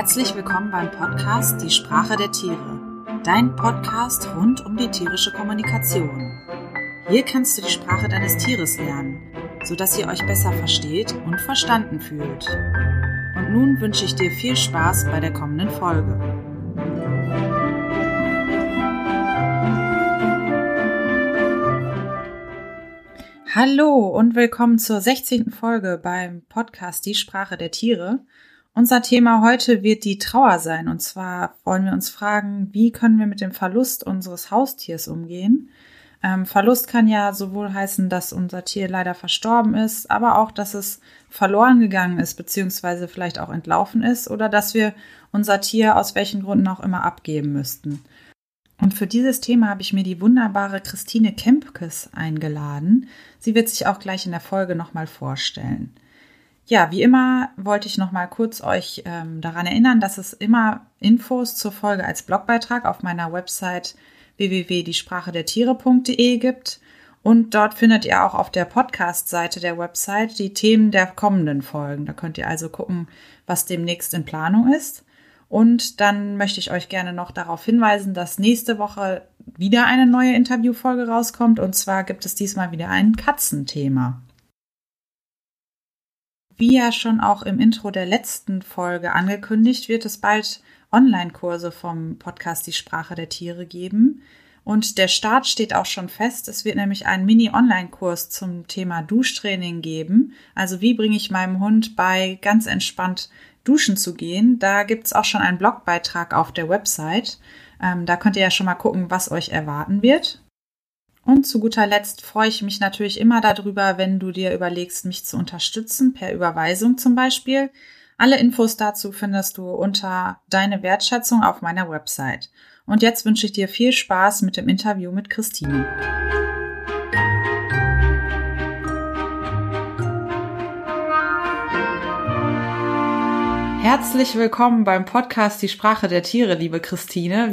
Herzlich willkommen beim Podcast Die Sprache der Tiere, dein Podcast rund um die tierische Kommunikation. Hier kannst du die Sprache deines Tieres lernen, sodass ihr euch besser versteht und verstanden fühlt. Und nun wünsche ich dir viel Spaß bei der kommenden Folge. Hallo und willkommen zur 16. Folge beim Podcast Die Sprache der Tiere. Unser Thema heute wird die Trauer sein, und zwar wollen wir uns fragen, wie können wir mit dem Verlust unseres Haustiers umgehen? Verlust kann ja sowohl heißen, dass unser Tier leider verstorben ist, aber auch, dass es verloren gegangen ist, beziehungsweise vielleicht auch entlaufen ist, oder dass wir unser Tier aus welchen Gründen auch immer abgeben müssten. Und für dieses Thema habe ich mir die wunderbare Christine Kempkes eingeladen. Sie wird sich auch gleich in der Folge nochmal vorstellen. Ja, wie immer wollte ich nochmal kurz euch daran erinnern, dass es immer Infos zur Folge als Blogbeitrag auf meiner Website www.diesprachedertiere.de gibt. Und dort findet ihr auch auf der Podcast-Seite der Website die Themen der kommenden Folgen. Da könnt ihr also gucken, was demnächst in Planung ist. Und dann möchte ich euch gerne noch darauf hinweisen, dass nächste Woche wieder eine neue Interviewfolge rauskommt. Und zwar gibt es diesmal wieder ein Katzenthema. Wie ja schon auch im Intro der letzten Folge angekündigt, wird es bald Online-Kurse vom Podcast Die Sprache der Tiere geben. Und der Start steht auch schon fest. Es wird nämlich einen Mini-Online-Kurs zum Thema Duschtraining geben. Also wie bringe ich meinem Hund bei, ganz entspannt duschen zu gehen. Da gibt es auch schon einen Blogbeitrag auf der Website. Da könnt ihr ja schon mal gucken, was euch erwarten wird. Und zu guter Letzt freue ich mich natürlich immer darüber, wenn du dir überlegst, mich zu unterstützen, per Überweisung zum Beispiel. Alle Infos dazu findest du unter Deine Wertschätzung auf meiner Website. Und jetzt wünsche ich dir viel Spaß mit dem Interview mit Christine. Herzlich willkommen beim Podcast Die Sprache der Tiere, liebe Christine.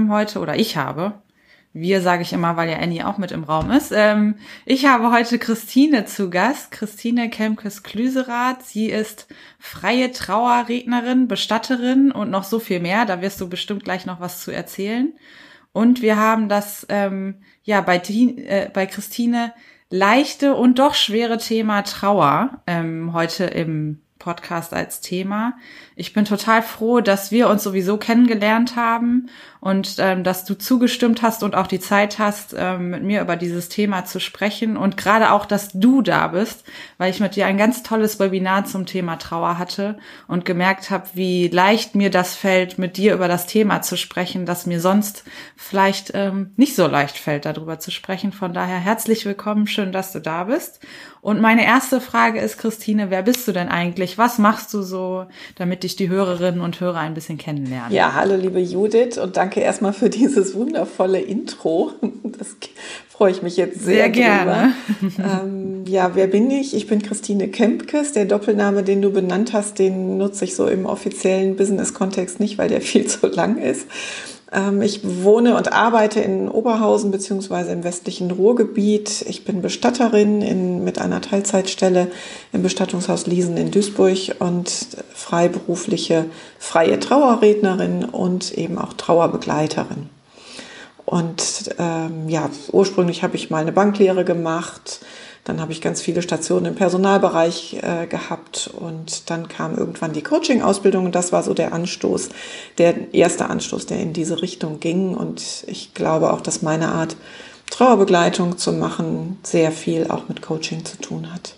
Wir sage ich immer, weil ja Annie auch mit im Raum ist. Ich habe heute Christine zu Gast, Christine Kempkes-Klüserath. Sie ist freie Trauerrednerin, Bestatterin und noch so viel mehr. Da wirst du bestimmt gleich noch was zu erzählen. Und wir haben das bei Christine leichte und doch schwere Thema Trauer heute im Podcast als Thema. Ich bin total froh, dass wir uns sowieso kennengelernt haben und dass du zugestimmt hast und auch die Zeit hast, mit mir über dieses Thema zu sprechen und gerade auch, dass du da bist, weil ich mit dir ein ganz tolles Webinar zum Thema Trauer hatte und gemerkt habe, wie leicht mir das fällt, mit dir über das Thema zu sprechen, das mir sonst vielleicht nicht so leicht fällt, darüber zu sprechen. Von daher herzlich willkommen, schön, dass du da bist. Und meine erste Frage ist, Christine, wer bist du denn eigentlich? Was machst du so, damit dich die Hörerinnen und Hörer ein bisschen kennenlernen? Ja, hallo liebe Judith und danke erstmal für dieses wundervolle Intro. Das freue ich mich jetzt sehr gerne. Wer bin ich? Ich bin Christine Kempkes. Der Doppelname, den du benannt hast, den nutze ich so im offiziellen Business-Kontext nicht, weil der viel zu lang ist. Ich wohne und arbeite in Oberhausen bzw. im westlichen Ruhrgebiet. Ich bin Bestatterin mit einer Teilzeitstelle im Bestattungshaus Liesen in Duisburg und freiberufliche freie Trauerrednerin und eben auch Trauerbegleiterin. Und ursprünglich habe ich mal eine Banklehre gemacht. Dann habe ich ganz viele Stationen im Personalbereich gehabt und dann kam irgendwann die Coaching-Ausbildung und das war so der erste Anstoß, der in diese Richtung ging. Und ich glaube auch, dass meine Art, Trauerbegleitung zu machen, sehr viel auch mit Coaching zu tun hat.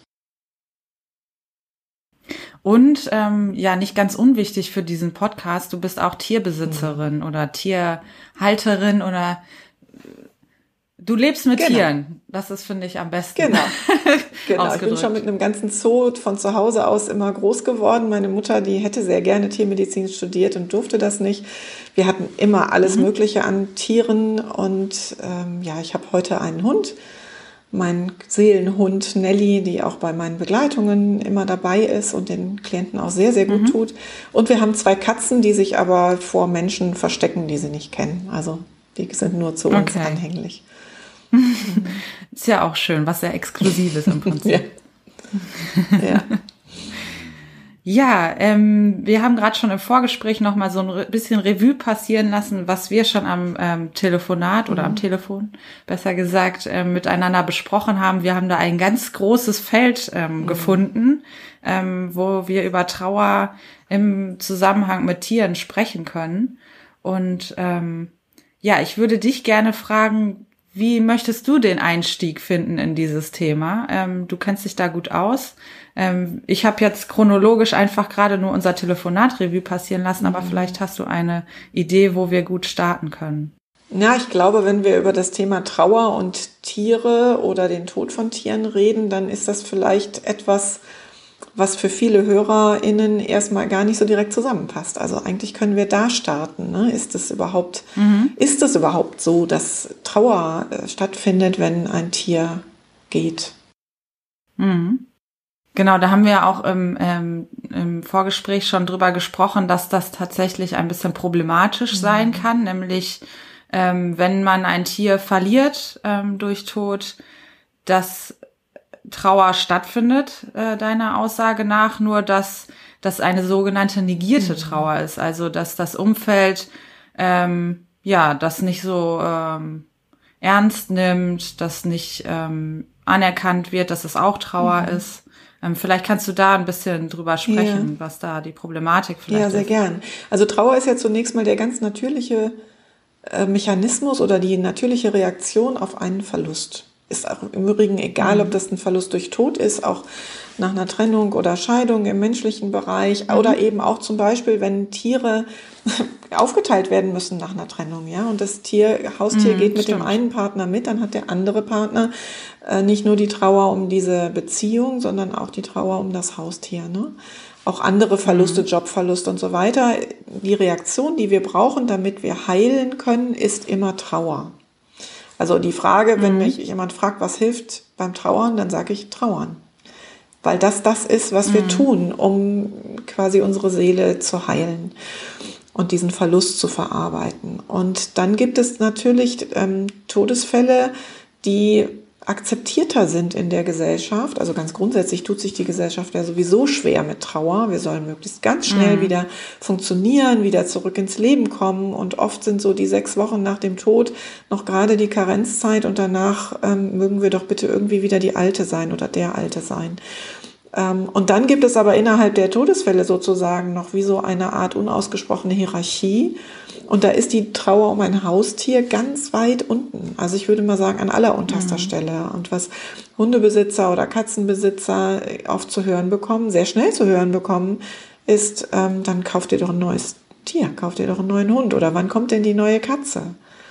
Und nicht ganz unwichtig für diesen Podcast, du bist auch Tierbesitzerin oder Tierhalterin oder du lebst mit Tieren. Das ist, finde ich, am besten. Genau. Ich bin schon mit einem ganzen Zoo von zu Hause aus immer groß geworden. Meine Mutter, die hätte sehr gerne Tiermedizin studiert und durfte das nicht. Wir hatten immer alles Mögliche an Tieren und ich habe heute einen Hund, meinen Seelenhund Nelly, die auch bei meinen Begleitungen immer dabei ist und den Klienten auch sehr, sehr gut tut. Und wir haben 2 Katzen, die sich aber vor Menschen verstecken, die sie nicht kennen. Also die sind nur zu uns anhänglich. Ist ja auch schön, was sehr Exklusives im Prinzip. Ja. Ja, wir haben gerade schon im Vorgespräch noch mal so ein bisschen Revue passieren lassen, was wir schon am Telefonat oder am Telefon, besser gesagt, miteinander besprochen haben. Wir haben da ein ganz großes Feld gefunden, wo wir über Trauer im Zusammenhang mit Tieren sprechen können. Und ja, ich würde dich gerne fragen, wie möchtest du den Einstieg finden in dieses Thema? Du kennst dich da gut aus. Ich habe jetzt chronologisch einfach gerade nur unser Telefonat-Revue passieren lassen, aber vielleicht hast du eine Idee, wo wir gut starten können. Ja, ich glaube, wenn wir über das Thema Trauer und Tiere oder den Tod von Tieren reden, dann ist das vielleicht etwas, was für viele HörerInnen erstmal gar nicht so direkt zusammenpasst. Also eigentlich können wir da starten. Ne? Ist es überhaupt so, dass Trauer stattfindet, wenn ein Tier geht? Mhm. Genau, da haben wir ja auch im Vorgespräch schon drüber gesprochen, dass das tatsächlich ein bisschen problematisch sein kann, nämlich wenn man ein Tier verliert durch Tod, dass Trauer stattfindet, deiner Aussage nach, nur dass das eine sogenannte negierte Trauer ist, also dass das Umfeld das nicht so ernst nimmt, dass nicht anerkannt wird, dass es auch Trauer ist. Vielleicht kannst du da ein bisschen drüber sprechen, was da die Problematik vielleicht ist. Ja, sehr gern. Also Trauer ist ja zunächst mal der ganz natürliche Mechanismus oder die natürliche Reaktion auf einen Verlust. Ist auch im Übrigen egal, ob das ein Verlust durch Tod ist, auch nach einer Trennung oder Scheidung im menschlichen Bereich oder eben auch zum Beispiel, wenn Tiere aufgeteilt werden müssen nach einer Trennung, ja, und das Haustier geht mit dem einen Partner mit, dann hat der andere Partner nicht nur die Trauer um diese Beziehung, sondern auch die Trauer um das Haustier, ne? Auch andere Verluste, Jobverlust und so weiter. Die Reaktion, die wir brauchen, damit wir heilen können, ist immer Trauer. Also die Frage, wenn mich jemand fragt, was hilft beim Trauern, dann sage ich Trauern. Weil das ist, was wir tun, um quasi unsere Seele zu heilen und diesen Verlust zu verarbeiten. Und dann gibt es natürlich Todesfälle, die akzeptierter sind in der Gesellschaft. Also ganz grundsätzlich tut sich die Gesellschaft ja sowieso schwer mit Trauer. Wir sollen möglichst ganz schnell wieder funktionieren, wieder zurück ins Leben kommen. Und oft sind so die 6 Wochen nach dem Tod noch gerade die Karenzzeit und danach mögen wir doch bitte irgendwie wieder die Alte sein oder der Alte sein. Und dann gibt es aber innerhalb der Todesfälle sozusagen noch wie so eine Art unausgesprochene Hierarchie. Und da ist die Trauer um ein Haustier ganz weit unten. Also ich würde mal sagen, an allerunterster Stelle. Und was Hundebesitzer oder Katzenbesitzer oft zu hören bekommen, sehr schnell zu hören bekommen, ist, dann kauft ihr doch ein neues Tier, kauft ihr doch einen neuen Hund. Oder wann kommt denn die neue Katze?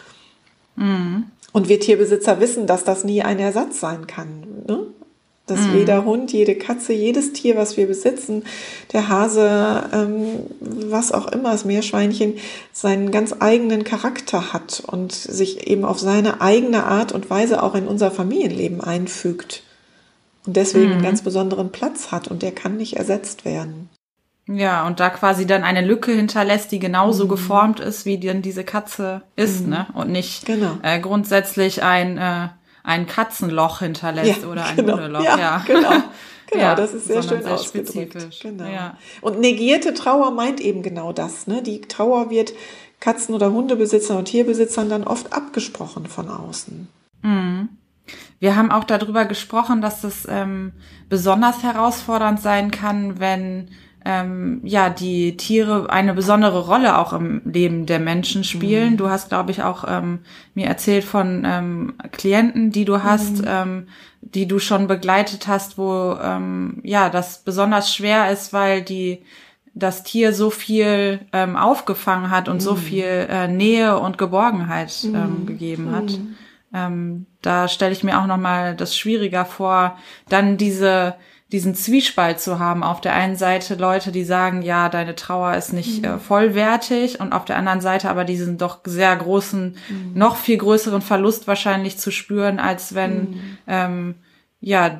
Und wir Tierbesitzer wissen, dass das nie ein Ersatz sein kann, ne? Dass jeder Hund, jede Katze, jedes Tier, was wir besitzen, der Hase, was auch immer, das Meerschweinchen, seinen ganz eigenen Charakter hat und sich eben auf seine eigene Art und Weise auch in unser Familienleben einfügt und deswegen einen ganz besonderen Platz hat und der kann nicht ersetzt werden. Ja, und da quasi dann eine Lücke hinterlässt, die genauso geformt ist, wie denn diese Katze ist, ne? Und nicht grundsätzlich ein Katzenloch hinterlässt oder ein Hundeloch. Ja, genau. Genau, das ist sehr schön ausgedrückt. Spezifisch. Genau. Ja. Und negierte Trauer meint eben genau das. Ne? Die Trauer wird Katzen- oder Hundebesitzern und Tierbesitzern dann oft abgesprochen von außen. Wir haben auch darüber gesprochen, dass es besonders herausfordernd sein kann, wenn die Tiere eine besondere Rolle auch im Leben der Menschen spielen. Du hast, glaube ich, auch mir erzählt von Klienten, die du hast, die du schon begleitet hast, wo das besonders schwer ist, weil das Tier so viel aufgefangen hat und so viel Nähe und Geborgenheit gegeben hat. Da stelle ich mir auch nochmal das schwieriger vor, dann diesen Zwiespalt zu haben. Auf der einen Seite Leute, die sagen, ja, deine Trauer ist nicht vollwertig, und auf der anderen Seite aber diesen doch sehr großen, noch viel größeren Verlust wahrscheinlich zu spüren, als wenn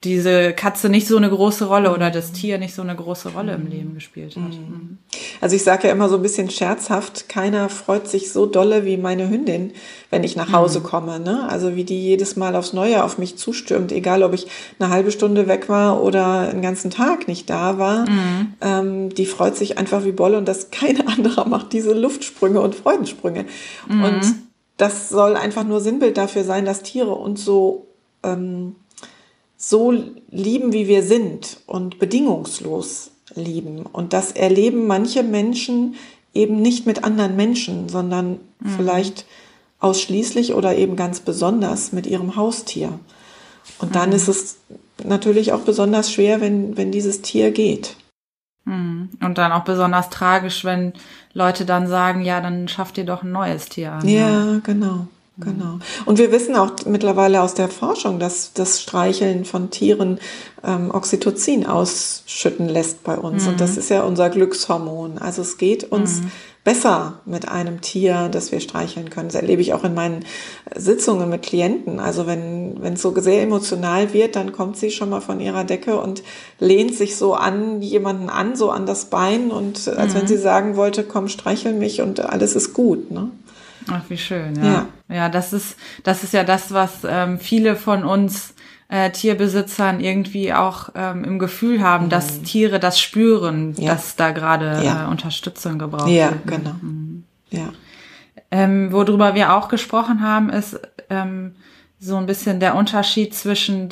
diese Katze nicht so eine große Rolle oder das Tier nicht so eine große Rolle im Leben gespielt hat. Also ich sage ja immer so ein bisschen scherzhaft, keiner freut sich so dolle wie meine Hündin, wenn ich nach Hause komme. Ne? Also wie die jedes Mal aufs Neue auf mich zustürmt, egal ob ich eine halbe Stunde weg war oder einen ganzen Tag nicht da war. Die freut sich einfach wie Bolle und das kein anderer macht diese Luftsprünge und Freudensprünge. Und das soll einfach nur Sinnbild dafür sein, dass Tiere uns so lieben, wie wir sind und bedingungslos lieben. Und das erleben manche Menschen eben nicht mit anderen Menschen, sondern vielleicht ausschließlich oder eben ganz besonders mit ihrem Haustier. Und dann ist es natürlich auch besonders schwer, wenn dieses Tier geht. Und dann auch besonders tragisch, wenn Leute dann sagen, ja, dann schafft ihr doch ein neues Tier an. Ja, genau. Genau. Und wir wissen auch mittlerweile aus der Forschung, dass das Streicheln von Tieren Oxytocin ausschütten lässt bei uns. Und das ist ja unser Glückshormon. Also es geht uns besser mit einem Tier, das wir streicheln können. Das erlebe ich auch in meinen Sitzungen mit Klienten. Also wenn es so sehr emotional wird, dann kommt sie schon mal von ihrer Decke und lehnt sich so an jemanden an, so an das Bein. Und als wenn sie sagen wollte, komm, streichel mich und alles ist gut, ne? Ach, wie schön, ja. Ja, das ist ja das, was viele von uns Tierbesitzern irgendwie auch im Gefühl haben, dass Tiere das spüren, dass da gerade Unterstützung gebraucht wird. Ja, genau. Ja. Worüber wir auch gesprochen haben, ist so ein bisschen der Unterschied zwischen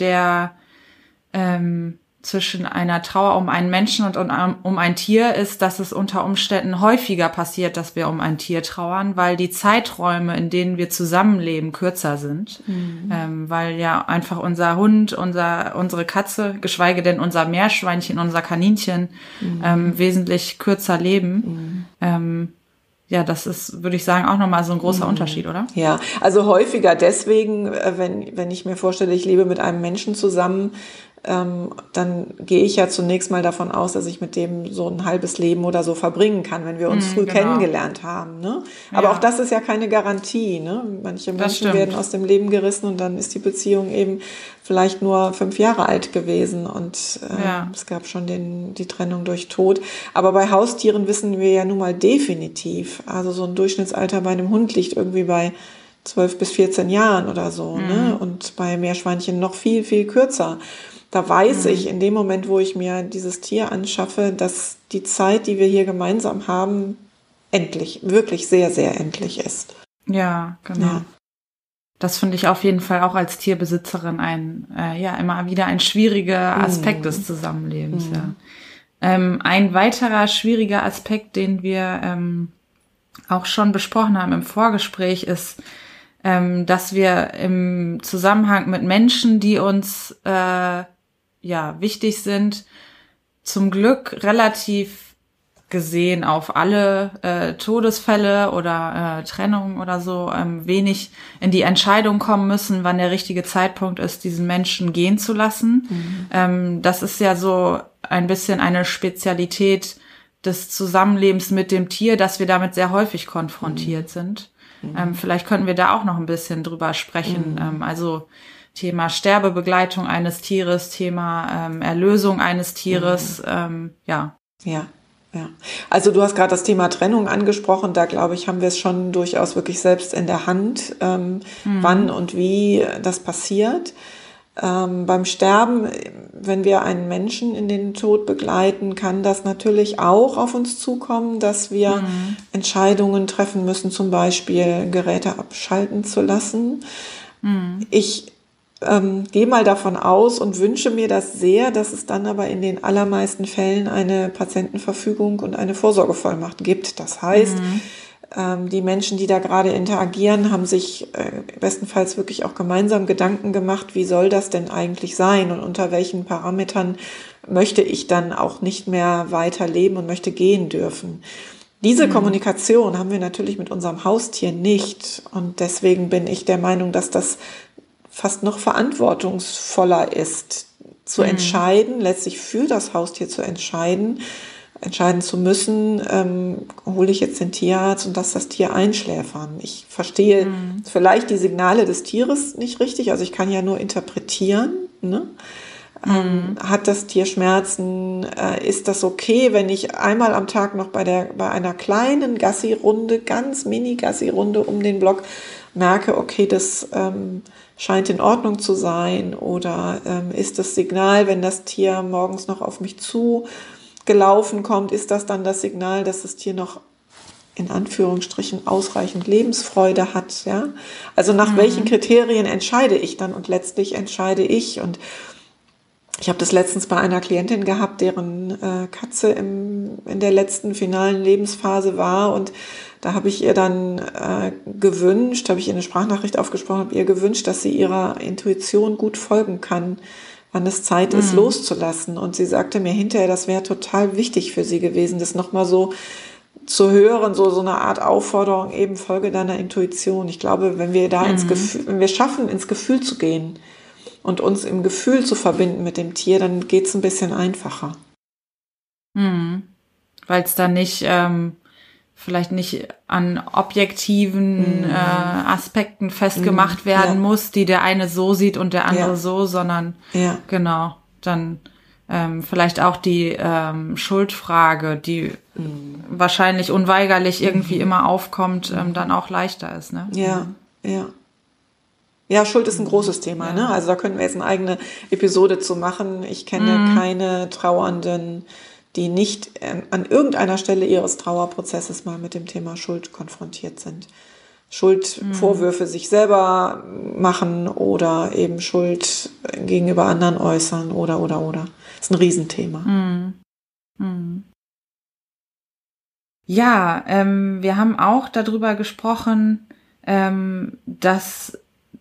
zwischen einer Trauer um einen Menschen und um ein Tier ist, dass es unter Umständen häufiger passiert, dass wir um ein Tier trauern, weil die Zeiträume, in denen wir zusammenleben, kürzer sind. Weil ja einfach unser Hund, unsere Katze, geschweige denn unser Meerschweinchen, unser Kaninchen wesentlich kürzer leben. Ja, das ist, würde ich sagen, auch nochmal so ein großer Unterschied, oder? Ja, also häufiger deswegen, wenn ich mir vorstelle, ich lebe mit einem Menschen zusammen, dann gehe ich ja zunächst mal davon aus, dass ich mit dem so ein halbes Leben oder so verbringen kann, wenn wir uns früh kennengelernt haben. Ne? Aber auch das ist ja keine Garantie. Ne? Manche Menschen werden aus dem Leben gerissen und dann ist die Beziehung eben vielleicht nur 5 Jahre alt gewesen und es gab schon die Trennung durch Tod. Aber bei Haustieren wissen wir ja nun mal definitiv, also so ein Durchschnittsalter bei einem Hund liegt irgendwie bei 12 bis 14 Jahren oder so, ne? Und bei Meerschweinchen noch viel, viel kürzer. Da weiß ich in dem Moment, wo ich mir dieses Tier anschaffe, dass die Zeit, die wir hier gemeinsam haben, endlich, wirklich sehr, sehr endlich ist. Ja, genau. Ja. Das finde ich auf jeden Fall auch als Tierbesitzerin immer wieder ein schwieriger Aspekt des Zusammenlebens. Ja. Ein weiterer schwieriger Aspekt, den wir auch schon besprochen haben im Vorgespräch, ist, dass wir im Zusammenhang mit Menschen, die uns wichtig sind, zum Glück relativ gesehen auf alle Todesfälle oder Trennungen oder so wenig in die Entscheidung kommen müssen, wann der richtige Zeitpunkt ist, diesen Menschen gehen zu lassen. Das ist ja so ein bisschen eine Spezialität des Zusammenlebens mit dem Tier, dass wir damit sehr häufig konfrontiert sind. Vielleicht könnten wir da auch noch ein bisschen drüber sprechen. Also Thema Sterbebegleitung eines Tieres, Thema Erlösung eines Tieres, Ja. Also du hast gerade das Thema Trennung angesprochen. Da, glaube ich, haben wir es schon durchaus wirklich selbst in der Hand, wann und wie das passiert. Beim Sterben, wenn wir einen Menschen in den Tod begleiten, kann das natürlich auch auf uns zukommen, dass wir Entscheidungen treffen müssen, zum Beispiel Geräte abschalten zu lassen. Ich gehe mal davon aus und wünsche mir das sehr, dass es dann aber in den allermeisten Fällen eine Patientenverfügung und eine Vorsorgevollmacht gibt. Das heißt, die Menschen, die da gerade interagieren, haben sich bestenfalls wirklich auch gemeinsam Gedanken gemacht, wie soll das denn eigentlich sein und unter welchen Parametern möchte ich dann auch nicht mehr weiterleben und möchte gehen dürfen. Diese Kommunikation haben wir natürlich mit unserem Haustier nicht und deswegen bin ich der Meinung, dass das fast noch verantwortungsvoller ist, zu entscheiden, letztlich für das Haustier zu entscheiden zu müssen, hole ich jetzt den Tierarzt und lasse das Tier einschläfern. Ich verstehe vielleicht die Signale des Tieres nicht richtig, also ich kann ja nur interpretieren, ne? Hat das Tier Schmerzen? Ist das okay, wenn ich einmal am Tag noch bei einer kleinen Gassi-Runde, ganz Mini-Gassi-Runde um den Block merke, okay, das scheint in Ordnung zu sein? Oder ist das Signal, wenn das Tier morgens noch auf mich zu gelaufen kommt, ist das dann das Signal, dass das Tier noch in Anführungsstrichen ausreichend Lebensfreude hat, ja? Also nach welchen Kriterien entscheide ich dann? Und letztlich entscheide ich. Und ich habe das letztens bei einer Klientin gehabt, deren Katze in der letzten finalen Lebensphase war. Und da habe ich ihr dann gewünscht, habe ich ihr eine Sprachnachricht aufgesprochen, habe ihr gewünscht, dass sie ihrer Intuition gut folgen kann, wann es Zeit ist, loszulassen. Und sie sagte mir hinterher, das wäre total wichtig für sie gewesen, das nochmal so zu hören, so eine Art Aufforderung, eben folge deiner Intuition. Ich glaube, wenn wir da wenn wir schaffen, ins Gefühl zu gehen und uns im Gefühl zu verbinden mit dem Tier, dann geht's ein bisschen einfacher. Weil es dann nicht, vielleicht nicht an objektiven Aspekten festgemacht werden muss, die der eine so sieht und der andere so, sondern genau, dann vielleicht auch die Schuldfrage, die wahrscheinlich unweigerlich irgendwie immer aufkommt, dann auch leichter ist, ne? Ja. Ja, Schuld ist ein großes Thema, ne? Also da können wir jetzt eine eigene Episode zu machen. Ich kenne keine Trauernden, die nicht an irgendeiner Stelle ihres Trauerprozesses mal mit dem Thema Schuld konfrontiert sind. Schuldvorwürfe sich selber machen oder eben Schuld gegenüber anderen äußern oder. Das ist ein Riesenthema. Ja, wir haben auch darüber gesprochen, dass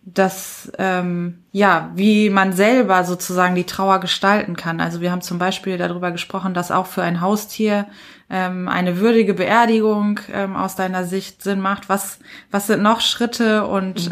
wie man selber sozusagen die Trauer gestalten kann. Also wir haben zum Beispiel darüber gesprochen, dass auch für ein Haustier eine würdige Beerdigung aus deiner Sicht Sinn macht. Was sind noch Schritte und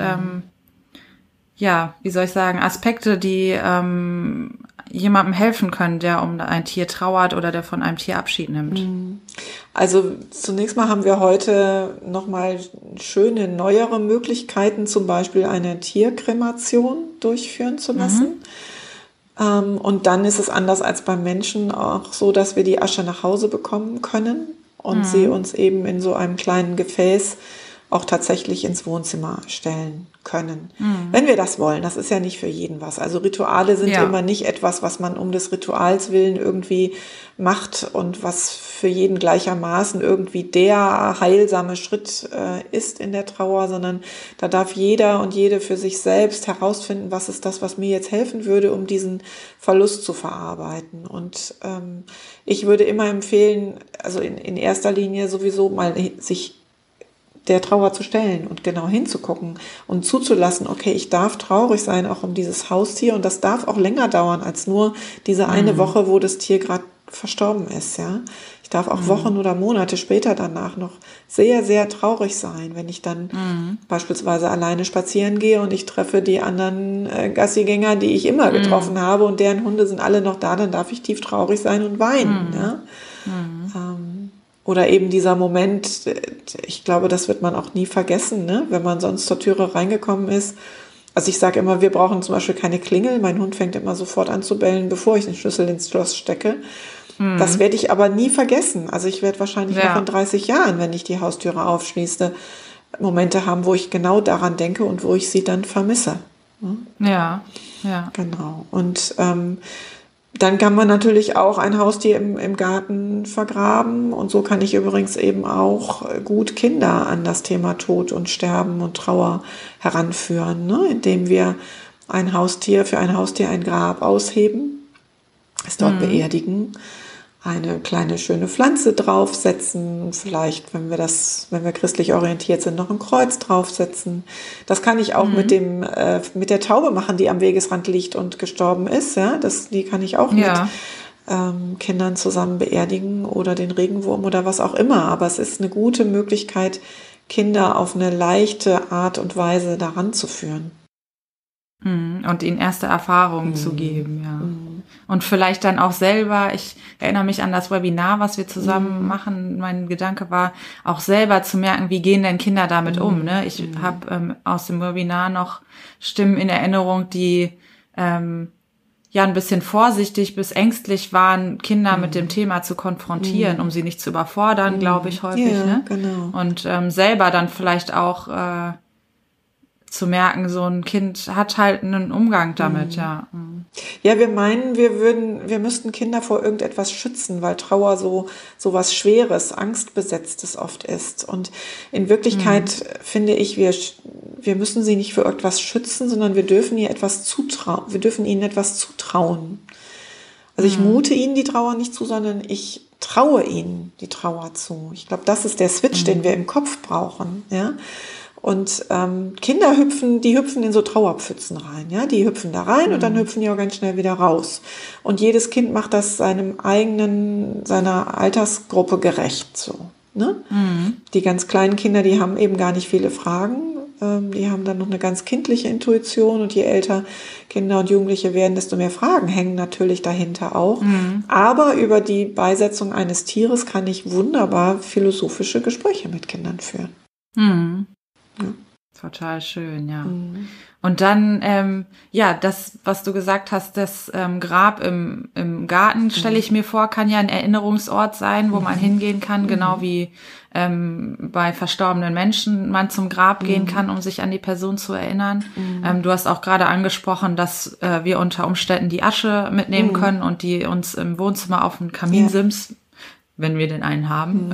wie soll ich sagen, Aspekte, die jemandem helfen können, der um ein Tier trauert oder der von einem Tier Abschied nimmt? Also zunächst mal haben wir heute nochmal schöne, neuere Möglichkeiten, zum Beispiel eine Tierkremation durchführen zu lassen. Und dann ist es anders als beim Menschen auch so, dass wir die Asche nach Hause bekommen können und sie uns eben in so einem kleinen Gefäß auch tatsächlich ins Wohnzimmer stellen können. Wenn wir das wollen, das ist ja nicht für jeden was. Also Rituale sind immer nicht etwas, was man um des Rituals willen irgendwie macht und was für jeden gleichermaßen irgendwie der heilsame Schritt ist in der Trauer, sondern da darf jeder und jede für sich selbst herausfinden, was ist das, was mir jetzt helfen würde, um diesen Verlust zu verarbeiten. Und ich würde immer empfehlen, also in erster Linie sowieso mal sich der Trauer zu stellen und genau hinzugucken und zuzulassen, okay, ich darf traurig sein, auch um dieses Haustier, und das darf auch länger dauern als nur diese eine Woche, wo das Tier gerade verstorben ist, ja. Ich darf auch Wochen oder Monate später danach noch sehr, sehr traurig sein, wenn ich dann beispielsweise alleine spazieren gehe und ich treffe die anderen Gassigänger, die ich immer getroffen habe, und deren Hunde sind alle noch da, dann darf ich tief traurig sein und weinen, ja. Oder eben dieser Moment, ich glaube, das wird man auch nie vergessen, ne? Wenn man sonst zur Türe reingekommen ist. Also ich sage immer, wir brauchen zum Beispiel keine Klingel. Mein Hund fängt immer sofort an zu bellen, bevor ich den Schlüssel ins Schloss stecke. Das werde ich aber nie vergessen. Also ich werde wahrscheinlich noch in 30 Jahren, wenn ich die Haustüre aufschließe, Momente haben, wo ich genau daran denke und wo ich sie dann vermisse. Ja. Genau. Und dann kann man natürlich auch ein Haustier im Garten vergraben, und so kann ich übrigens eben auch gut Kinder an das Thema Tod und Sterben und Trauer heranführen, ne? Indem wir für ein Haustier ein Grab ausheben, es dort beerdigen, eine kleine schöne Pflanze draufsetzen, vielleicht, wenn wir christlich orientiert sind, noch ein Kreuz draufsetzen. Das kann ich auch mit der Taube machen, die am Wegesrand liegt und gestorben ist, ja. Die kann ich auch mit Kindern zusammen beerdigen, oder den Regenwurm oder was auch immer. Aber es ist eine gute Möglichkeit, Kinder auf eine leichte Art und Weise daran zu führen. Und ihnen erste Erfahrungen zu geben, ja. Und vielleicht dann auch selber, ich erinnere mich an das Webinar, was wir zusammen machen, mein Gedanke war, auch selber zu merken, wie gehen denn Kinder damit um, ne? Ich habe aus dem Webinar noch Stimmen in Erinnerung, die ja ein bisschen vorsichtig bis ängstlich waren, Kinder mit dem Thema zu konfrontieren, um sie nicht zu überfordern, glaube ich häufig. Ja, ne? genau. Und selber dann vielleicht auch zu merken, so ein Kind hat halt einen Umgang damit, ja. Ja, wir meinen, wir müssten Kinder vor irgendetwas schützen, weil Trauer so was Schweres, Angstbesetztes oft ist. Und in Wirklichkeit finde ich, wir müssen sie nicht für etwas schützen, sondern wir dürfen ihnen etwas zutrauen. Also ich mute ihnen die Trauer nicht zu, sondern ich traue ihnen die Trauer zu. Ich glaube, das ist der Switch, den wir im Kopf brauchen, ja. Und Kinder hüpfen in so Trauerpfützen rein, ja, die hüpfen da rein und dann hüpfen die auch ganz schnell wieder raus. Und jedes Kind macht das seiner Altersgruppe gerecht, so, ne? Die ganz kleinen Kinder, die haben eben gar nicht viele Fragen, die haben dann noch eine ganz kindliche Intuition und je älter Kinder und Jugendliche werden, desto mehr Fragen hängen natürlich dahinter auch. Aber über die Beisetzung eines Tieres kann ich wunderbar philosophische Gespräche mit Kindern führen. Ja. Total schön, ja. Und dann, das, was du gesagt hast, das Grab im Garten, stelle ich mir vor, kann ja ein Erinnerungsort sein, wo man hingehen kann, genau wie bei verstorbenen Menschen man zum Grab gehen kann, um sich an die Person zu erinnern. Du hast auch gerade angesprochen, dass wir unter Umständen die Asche mitnehmen können und die uns im Wohnzimmer auf den Kaminsims, wenn wir denn einen haben,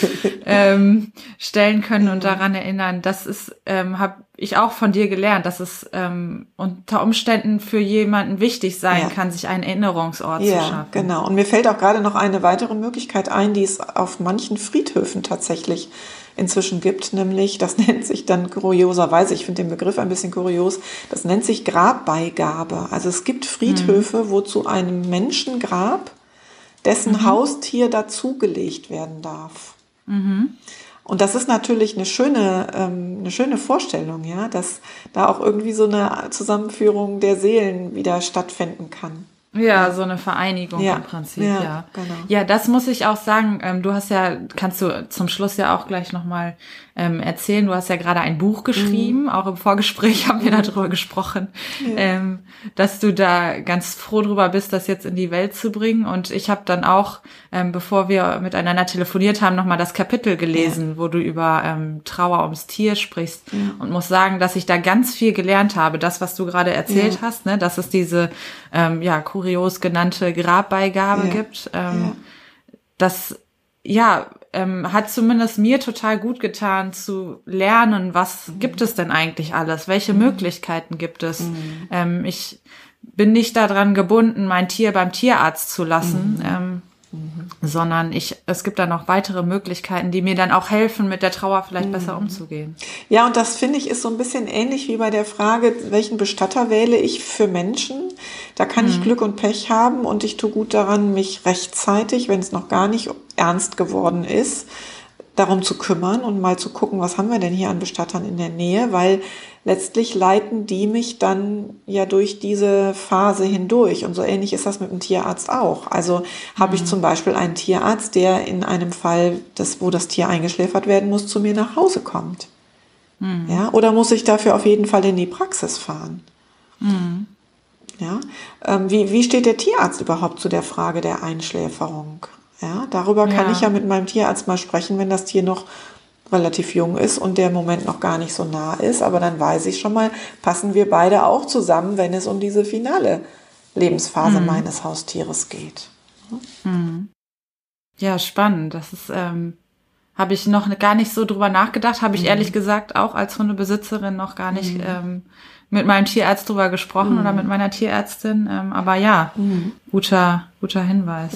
stellen können und daran erinnern. Das ist, habe ich auch von dir gelernt, dass es unter Umständen für jemanden wichtig sein kann, sich einen Erinnerungsort zu schaffen. Ja, genau. Und mir fällt auch gerade noch eine weitere Möglichkeit ein, die es auf manchen Friedhöfen tatsächlich inzwischen gibt, nämlich, das nennt sich dann kurioserweise, ich finde den Begriff ein bisschen kurios, das nennt sich Grabbeigabe. Also es gibt Friedhöfe, wo zu einem Menschengrab dessen Haustier dazugelegt werden darf. Und das ist natürlich eine schöne Vorstellung, ja, dass da auch irgendwie so eine Zusammenführung der Seelen wieder stattfinden kann. Ja, so eine Vereinigung im Prinzip, ja. Genau. Ja, das muss ich auch sagen, kannst du zum Schluss ja auch gleich nochmal erzählen, du hast ja gerade ein Buch geschrieben, auch im Vorgespräch haben wir darüber gesprochen, dass du da ganz froh drüber bist, das jetzt in die Welt zu bringen. Und ich habe dann auch, bevor wir miteinander telefoniert haben, nochmal das Kapitel gelesen, wo du über Trauer ums Tier sprichst und muss sagen, dass ich da ganz viel gelernt habe. Das, was du gerade erzählt hast, ne, dass es diese kurios genannte Grabbeigabe gibt, das hat zumindest mir total gut getan zu lernen, was gibt es denn eigentlich alles, welche Möglichkeiten gibt es. Ich bin nicht daran gebunden, mein Tier beim Tierarzt zu lassen, sondern es gibt da noch weitere Möglichkeiten, die mir dann auch helfen, mit der Trauer vielleicht besser umzugehen. Ja, und das finde ich ist so ein bisschen ähnlich wie bei der Frage, welchen Bestatter wähle ich für Menschen. Da kann ich Glück und Pech haben und ich tue gut daran, mich rechtzeitig, wenn es noch gar nicht ernst geworden ist, darum zu kümmern und mal zu gucken, was haben wir denn hier an Bestattern in der Nähe, weil letztlich leiten die mich dann ja durch diese Phase hindurch. Und so ähnlich ist das mit dem Tierarzt auch. Also habe ich zum Beispiel einen Tierarzt, der in einem Fall, wo das Tier eingeschläfert werden muss, zu mir nach Hause kommt. Ja, oder muss ich dafür auf jeden Fall in die Praxis fahren? Ja, wie steht der Tierarzt überhaupt zu der Frage der Einschläferung? Ja, darüber kann ich ja mit meinem Tierarzt mal sprechen, wenn das Tier noch relativ jung ist und der Moment noch gar nicht so nah ist. Aber dann weiß ich schon mal, passen wir beide auch zusammen, wenn es um diese finale Lebensphase meines Haustieres geht. Ja, spannend. Das ist, habe ich noch gar nicht so drüber nachgedacht. Habe ich ehrlich gesagt auch als Hundebesitzerin noch gar nicht mit meinem Tierarzt drüber gesprochen oder mit meiner Tierärztin. Aber ja, guter Hinweis.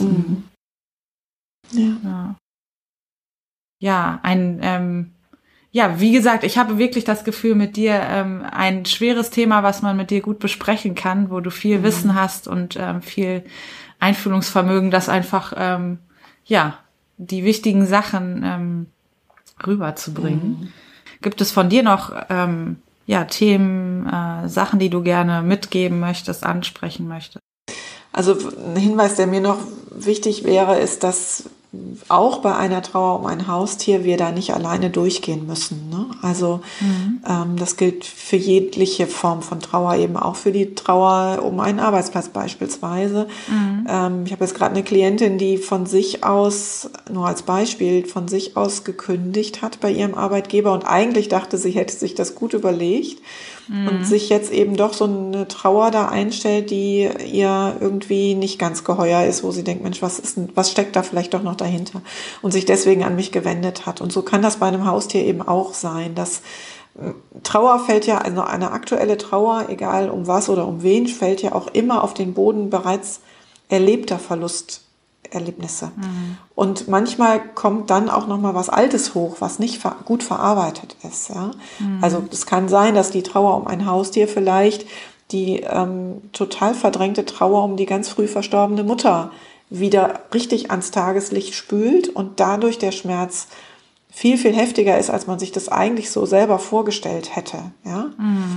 Ja, wie gesagt, ich habe wirklich das Gefühl mit dir ein schweres Thema, was man mit dir gut besprechen kann, wo du viel Wissen hast und viel Einfühlungsvermögen, das einfach die wichtigen Sachen rüberzubringen. Gibt es von dir noch Themen, Sachen, die du gerne mitgeben möchtest, ansprechen möchtest? Also ein Hinweis, der mir noch wichtig wäre, ist, dass auch bei einer Trauer um ein Haustier wir da nicht alleine durchgehen müssen. Ne? Also das gilt für jegliche Form von Trauer, eben auch für die Trauer um einen Arbeitsplatz beispielsweise. Ich habe jetzt gerade eine Klientin, die von sich aus, nur als Beispiel, von sich aus gekündigt hat bei ihrem Arbeitgeber und eigentlich dachte, sie hätte sich das gut überlegt und sich jetzt eben doch so eine Trauer da einstellt, die ihr irgendwie nicht ganz geheuer ist, wo sie denkt, Mensch, was steckt da vielleicht doch noch dahinter? Und sich deswegen an mich gewendet hat. Und so kann das bei einem Haustier eben auch sein, dass Trauer fällt ja, also eine aktuelle Trauer, egal um was oder um wen, fällt ja auch immer auf den Boden bereits erlebter Verlusterlebnisse. Und manchmal kommt dann auch noch mal was Altes hoch, was nicht gut verarbeitet ist. Ja? Also es kann sein, dass die Trauer um ein Haustier vielleicht die total verdrängte Trauer um die ganz früh verstorbene Mutter wieder richtig ans Tageslicht spült und dadurch der Schmerz viel, viel heftiger ist, als man sich das eigentlich so selber vorgestellt hätte. Ja?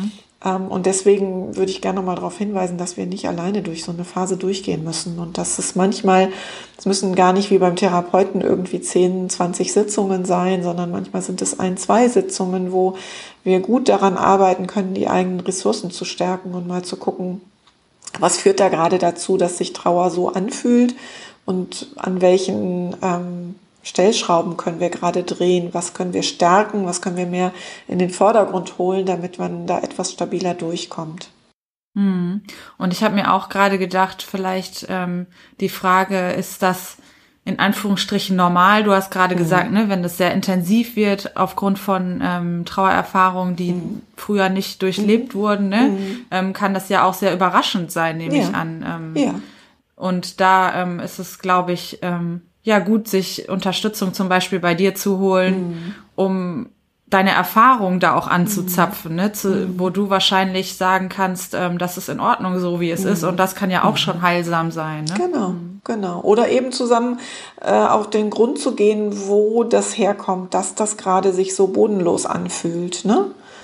Und deswegen würde ich gerne noch mal darauf hinweisen, dass wir nicht alleine durch so eine Phase durchgehen müssen und dass es manchmal, es müssen gar nicht wie beim Therapeuten irgendwie 10, 20 Sitzungen sein, sondern manchmal sind es 1, 2 Sitzungen, wo wir gut daran arbeiten können, die eigenen Ressourcen zu stärken und mal zu gucken, was führt da gerade dazu, dass sich Trauer so anfühlt und an welchen Stellschrauben können wir gerade drehen, was können wir stärken, was können wir mehr in den Vordergrund holen, damit man da etwas stabiler durchkommt. Und ich habe mir auch gerade gedacht, vielleicht die Frage, ist das in Anführungsstrichen normal? Du hast gerade gesagt, ne, wenn das sehr intensiv wird aufgrund von Trauererfahrungen, die früher nicht durchlebt wurden, ne, kann das ja auch sehr überraschend sein, nehme ich an. Und da ist es, glaube ich, ja gut, sich Unterstützung zum Beispiel bei dir zu holen, um deine Erfahrung da auch anzuzapfen, ne? Wo du wahrscheinlich sagen kannst, das ist in Ordnung so, wie es ist, und das kann ja auch schon heilsam sein. Ne? Genau. Oder eben zusammen auf den Grund zu gehen, wo das herkommt, dass das gerade sich so bodenlos anfühlt. Ne?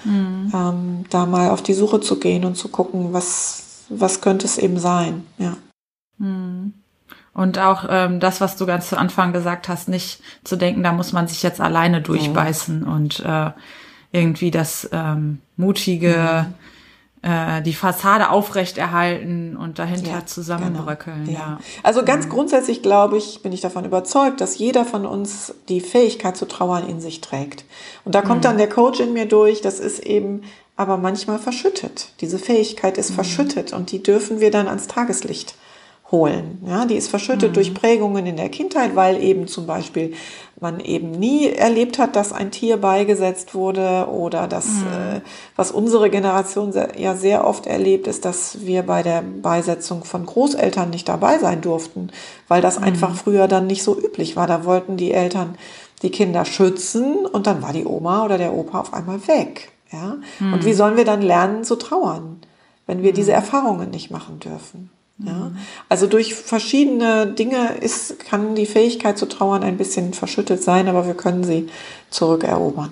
Da mal auf die Suche zu gehen und zu gucken, was könnte es eben sein. Ja. Und auch das, was du ganz zu Anfang gesagt hast, nicht zu denken, da muss man sich jetzt alleine durchbeißen und irgendwie das Mutige, die Fassade aufrechterhalten und dahinter zusammenbröckeln. Genau. Ja. Also ganz grundsätzlich bin ich davon überzeugt, dass jeder von uns die Fähigkeit zu trauern in sich trägt. Und da kommt dann der Coach in mir durch, das ist eben aber manchmal verschüttet. Diese Fähigkeit ist verschüttet und die dürfen wir dann ans Tageslicht holen. Ja, die ist verschüttet durch Prägungen in der Kindheit, weil eben zum Beispiel man eben nie erlebt hat, dass ein Tier beigesetzt wurde oder das, was unsere Generation ja sehr oft erlebt, ist, dass wir bei der Beisetzung von Großeltern nicht dabei sein durften, weil das einfach früher dann nicht so üblich war. Da wollten die Eltern die Kinder schützen und dann war die Oma oder der Opa auf einmal weg. Ja? Und wie sollen wir dann lernen zu trauern, wenn wir diese Erfahrungen nicht machen dürfen? Ja, also durch verschiedene Dinge kann die Fähigkeit zu trauern ein bisschen verschüttet sein, aber wir können sie zurückerobern.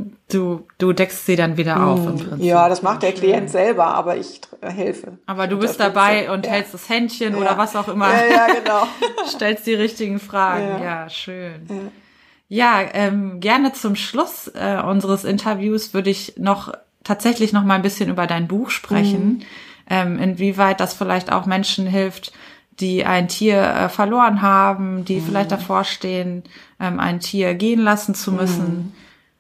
Du deckst sie dann wieder auf im Prinzip. Ja, das macht der Klient selber, aber ich helfe. Aber du bist dabei und hältst das Händchen oder was auch immer. Ja, genau. Stellst die richtigen Fragen. Ja, schön. Ja, gerne zum Schluss unseres Interviews würde ich tatsächlich noch mal ein bisschen über dein Buch sprechen. Inwieweit das vielleicht auch Menschen hilft, die ein Tier verloren haben, die vielleicht davor stehen, ein Tier gehen lassen zu müssen.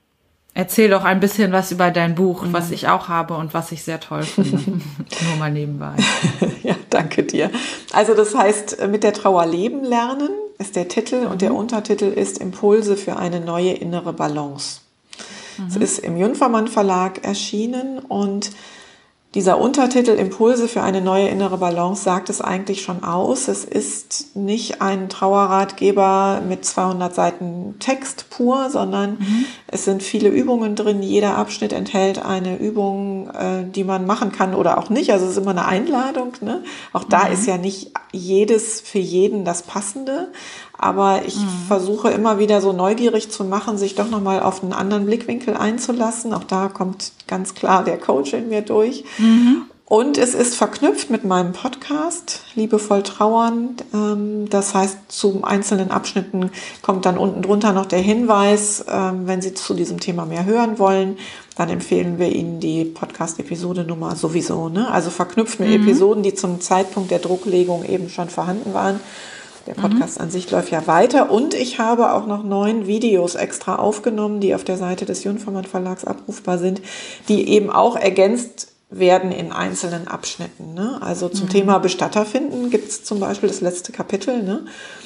Erzähl doch ein bisschen was über dein Buch, was ich auch habe und was ich sehr toll finde. Nur mal nebenbei. Ja, danke dir. Also das heißt, mit der Trauer leben lernen ist der Titel und der Untertitel ist Impulse für eine neue innere Balance. Es ist im Jungfermann Verlag erschienen und dieser Untertitel Impulse für eine neue innere Balance sagt es eigentlich schon aus. Es ist nicht ein Trauerratgeber mit 200 Seiten Text pur, sondern es sind viele Übungen drin. Jeder Abschnitt enthält eine Übung, die man machen kann oder auch nicht. Also es ist immer eine Einladung. Ne? Auch da ist ja nicht jedes für jeden das Passende. Aber ich versuche immer wieder so neugierig zu machen, sich doch nochmal auf einen anderen Blickwinkel einzulassen. Auch da kommt ganz klar der Coach in mir durch. Und es ist verknüpft mit meinem Podcast, Liebevoll Trauern. Das heißt, zu einzelnen Abschnitten kommt dann unten drunter noch der Hinweis, wenn Sie zu diesem Thema mehr hören wollen, dann empfehlen wir Ihnen die Podcast-Episode-Nummer sowieso. Ne? Also verknüpft mit Episoden, die zum Zeitpunkt der Drucklegung eben schon vorhanden waren. Der Podcast an sich läuft ja weiter. Und ich habe auch noch 9 Videos extra aufgenommen, die auf der Seite des Jungformat Verlags abrufbar sind, die eben auch ergänzt werden in einzelnen Abschnitten. Ne? Also zum Thema Bestatter finden gibt es zum Beispiel das letzte Kapitel. Ne?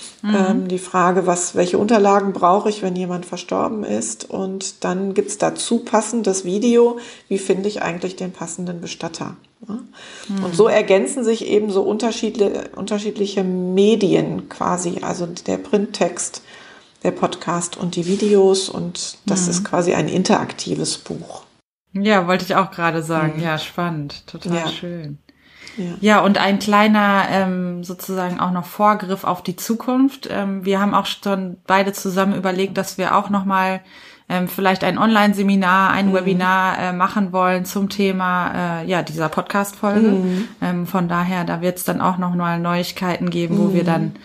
Die Frage, welche Unterlagen brauche ich, wenn jemand verstorben ist. Und dann gibt es dazu passendes Video, wie finde ich eigentlich den passenden Bestatter. Ne? Und so ergänzen sich eben so unterschiedliche Medien quasi, also der Printtext, der Podcast und die Videos. Und das ist quasi ein interaktives Buch. Ja, wollte ich auch gerade sagen. Ja, spannend. Total schön. Ja, und ein kleiner sozusagen auch noch Vorgriff auf die Zukunft. Wir haben auch schon beide zusammen überlegt, dass wir auch nochmal vielleicht ein Online-Seminar, ein Webinar machen wollen zum Thema dieser Podcast-Folge. Von daher, da wird es dann auch noch mal Neuigkeiten geben, wo wir dann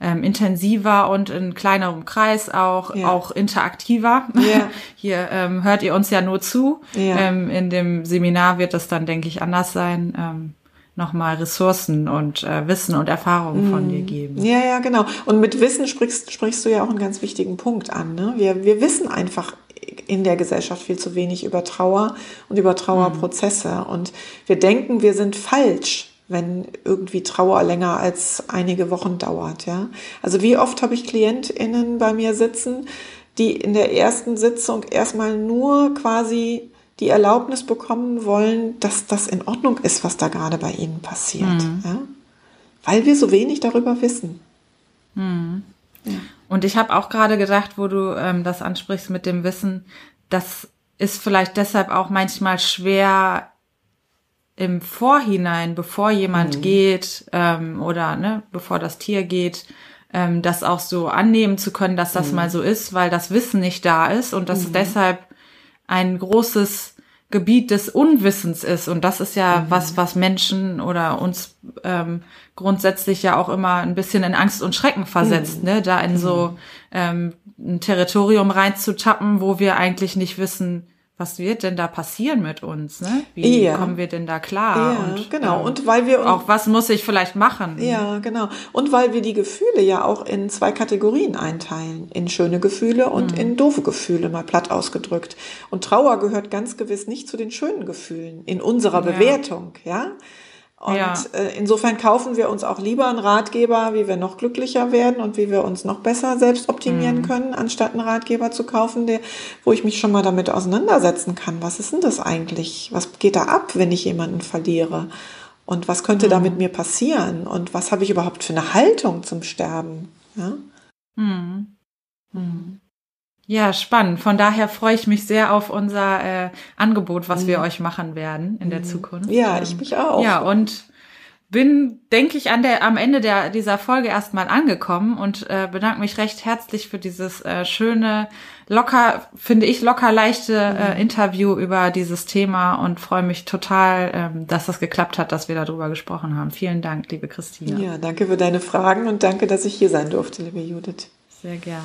intensiver und in kleinerem Kreis auch interaktiver. Yeah. Hier hört ihr uns ja nur zu. Yeah. In dem Seminar wird es dann, denke ich, anders sein. Nochmal Ressourcen und Wissen und Erfahrungen von dir geben. Ja, genau. Und mit Wissen sprichst du ja auch einen ganz wichtigen Punkt an. Ne? Wir wissen einfach in der Gesellschaft viel zu wenig über Trauer und über Trauerprozesse. Und wir denken, wir sind falsch, wenn irgendwie Trauer länger als einige Wochen dauert. Ja? Also wie oft habe ich KlientInnen bei mir sitzen, die in der ersten Sitzung erstmal nur quasi die Erlaubnis bekommen wollen, dass das in Ordnung ist, was da gerade bei ihnen passiert. Ja? Weil wir so wenig darüber wissen. Ja. Und ich habe auch gerade gedacht, wo du das ansprichst mit dem Wissen, das ist vielleicht deshalb auch manchmal schwer im Vorhinein, bevor jemand geht oder bevor das Tier geht, das auch so annehmen zu können, dass das mal so ist, weil das Wissen nicht da ist und das deshalb ein großes Gebiet des Unwissens ist. Und das ist ja was Menschen oder uns grundsätzlich ja auch immer ein bisschen in Angst und Schrecken versetzt, ne? Da in so ein Territorium reinzutappen, wo wir eigentlich nicht wissen, was wird denn da passieren mit uns, ne? Wie kommen wir denn da klar? Ja, und, genau. Und weil wir auch was muss ich vielleicht machen? Ja, genau. Und weil wir die Gefühle ja auch in 2 Kategorien einteilen. In schöne Gefühle und in doofe Gefühle, mal platt ausgedrückt. Und Trauer gehört ganz gewiss nicht zu den schönen Gefühlen in unserer Bewertung, ja? Und insofern kaufen wir uns auch lieber einen Ratgeber, wie wir noch glücklicher werden und wie wir uns noch besser selbst optimieren können, anstatt einen Ratgeber zu kaufen, wo ich mich schon mal damit auseinandersetzen kann. Was ist denn das eigentlich? Was geht da ab, wenn ich jemanden verliere? Und was könnte da mit mir passieren? Und was habe ich überhaupt für eine Haltung zum Sterben? Ja? Ja, spannend. Von daher freue ich mich sehr auf unser Angebot, was wir euch machen werden in der Zukunft. Ja, ich mich auch. Ja, und bin, denke ich, am Ende dieser Folge erstmal angekommen und bedanke mich recht herzlich für dieses schöne, locker leichte Interview über dieses Thema und freue mich total, dass das geklappt hat, dass wir darüber gesprochen haben. Vielen Dank, liebe Christine. Ja, danke für deine Fragen und danke, dass ich hier sein durfte, liebe Judith. Sehr gerne.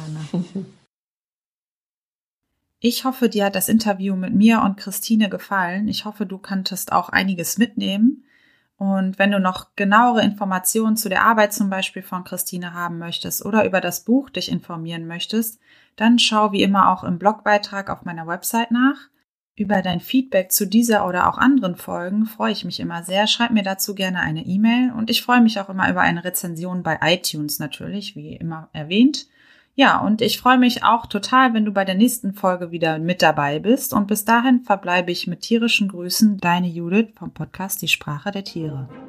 Ich hoffe, dir hat das Interview mit mir und Christine gefallen. Ich hoffe, du konntest auch einiges mitnehmen. Und wenn du noch genauere Informationen zu der Arbeit zum Beispiel von Christine haben möchtest oder über das Buch dich informieren möchtest, dann schau wie immer auch im Blogbeitrag auf meiner Website nach. Über dein Feedback zu dieser oder auch anderen Folgen freue ich mich immer sehr. Schreib mir dazu gerne eine E-Mail und ich freue mich auch immer über eine Rezension bei iTunes natürlich, wie immer erwähnt. Ja, und ich freue mich auch total, wenn du bei der nächsten Folge wieder mit dabei bist. Und bis dahin verbleibe ich mit tierischen Grüßen, deine Judith vom Podcast Die Sprache der Tiere.